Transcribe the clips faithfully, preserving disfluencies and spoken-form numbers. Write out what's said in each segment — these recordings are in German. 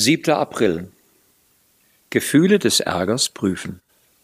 siebter April. Gefühle des Ärgers prüfen.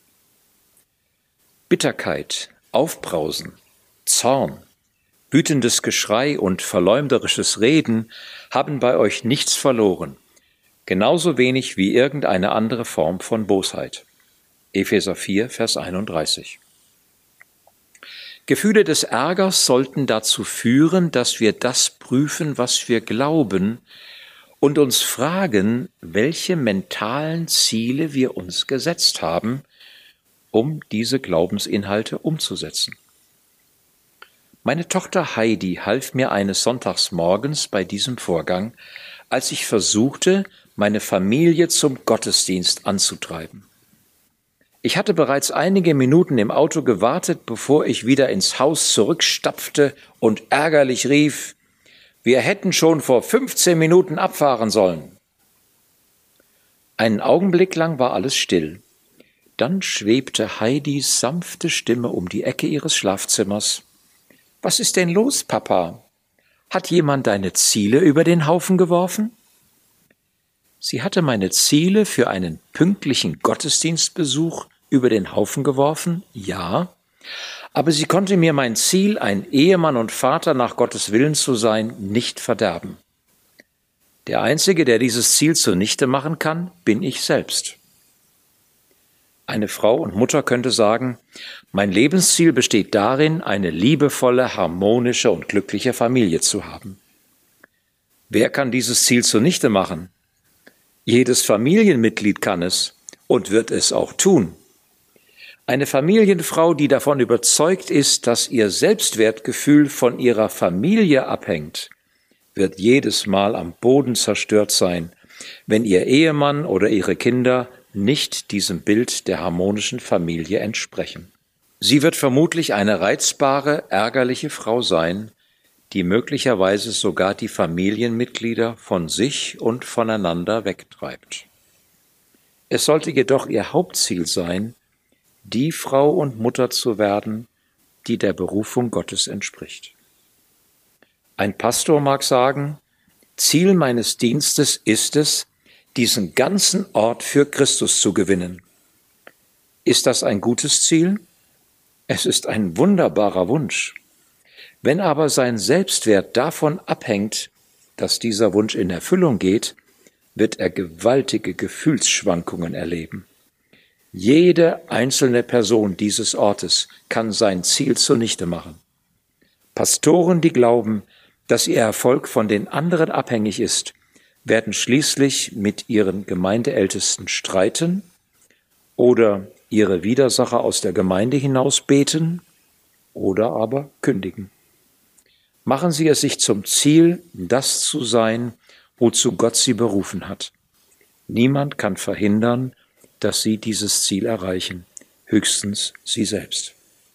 Bitterkeit, Aufbrausen, Zorn, wütendes Geschrei und verleumderisches Reden haben bei euch nichts verloren, genauso wenig wie irgendeine andere Form von Bosheit. Epheser vier, Vers einunddreißig. Gefühle des Ärgers sollten dazu führen, dass wir das prüfen, was wir glauben, und uns fragen, welche mentalen Ziele wir uns gesetzt haben, um diese Glaubensinhalte umzusetzen. Meine Tochter Heidi half mir eines Sonntagsmorgens bei diesem Vorgang, als ich versuchte, meine Familie zum Gottesdienst anzutreiben. Ich hatte bereits einige Minuten im Auto gewartet, bevor ich wieder ins Haus zurückstapfte und ärgerlich rief: Wir hätten schon vor fünfzehn Minuten abfahren sollen. Einen Augenblick lang war alles still. Dann schwebte Heidis sanfte Stimme um die Ecke ihres Schlafzimmers. »Was ist denn los, Papa? Hat jemand deine Ziele über den Haufen geworfen?« Sie hatte meine Ziele für einen pünktlichen Gottesdienstbesuch über den Haufen geworfen, ja, aber sie konnte mir mein Ziel, ein Ehemann und Vater nach Gottes Willen zu sein, nicht verderben. Der Einzige, der dieses Ziel zunichte machen kann, bin ich selbst. Eine Frau und Mutter könnte sagen, mein Lebensziel besteht darin, eine liebevolle, harmonische und glückliche Familie zu haben. Wer kann dieses Ziel zunichte machen? Jedes Familienmitglied kann es und wird es auch tun. Eine Familienfrau, die davon überzeugt ist, dass ihr Selbstwertgefühl von ihrer Familie abhängt, wird jedes Mal am Boden zerstört sein, wenn ihr Ehemann oder ihre Kinder nicht diesem Bild der harmonischen Familie entsprechen. Sie wird vermutlich eine reizbare, ärgerliche Frau sein, die möglicherweise sogar die Familienmitglieder von sich und voneinander wegtreibt. Es sollte jedoch ihr Hauptziel sein, die Frau und Mutter zu werden, die der Berufung Gottes entspricht. Ein Pastor mag sagen, Ziel meines Dienstes ist es, diesen ganzen Ort für Christus zu gewinnen. Ist das ein gutes Ziel? Es ist ein wunderbarer Wunsch. Wenn aber sein Selbstwert davon abhängt, dass dieser Wunsch in Erfüllung geht, wird er gewaltige Gefühlsschwankungen erleben. Jede einzelne Person dieses Ortes kann sein Ziel zunichte machen. Pastoren, die glauben, dass ihr Erfolg von den anderen abhängig ist, werden schließlich mit ihren Gemeindeältesten streiten oder ihre Widersacher aus der Gemeinde hinaus beten oder aber kündigen. Machen Sie es sich zum Ziel, das zu sein, wozu Gott Sie berufen hat. Niemand kann verhindern, dass Sie dieses Ziel erreichen, höchstens Sie selbst.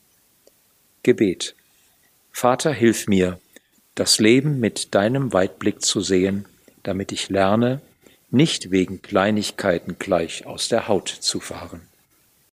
Gebet. Vater, hilf mir, das Leben mit deinem Weitblick zu sehen, damit ich lerne, nicht wegen Kleinigkeiten gleich aus der Haut zu fahren.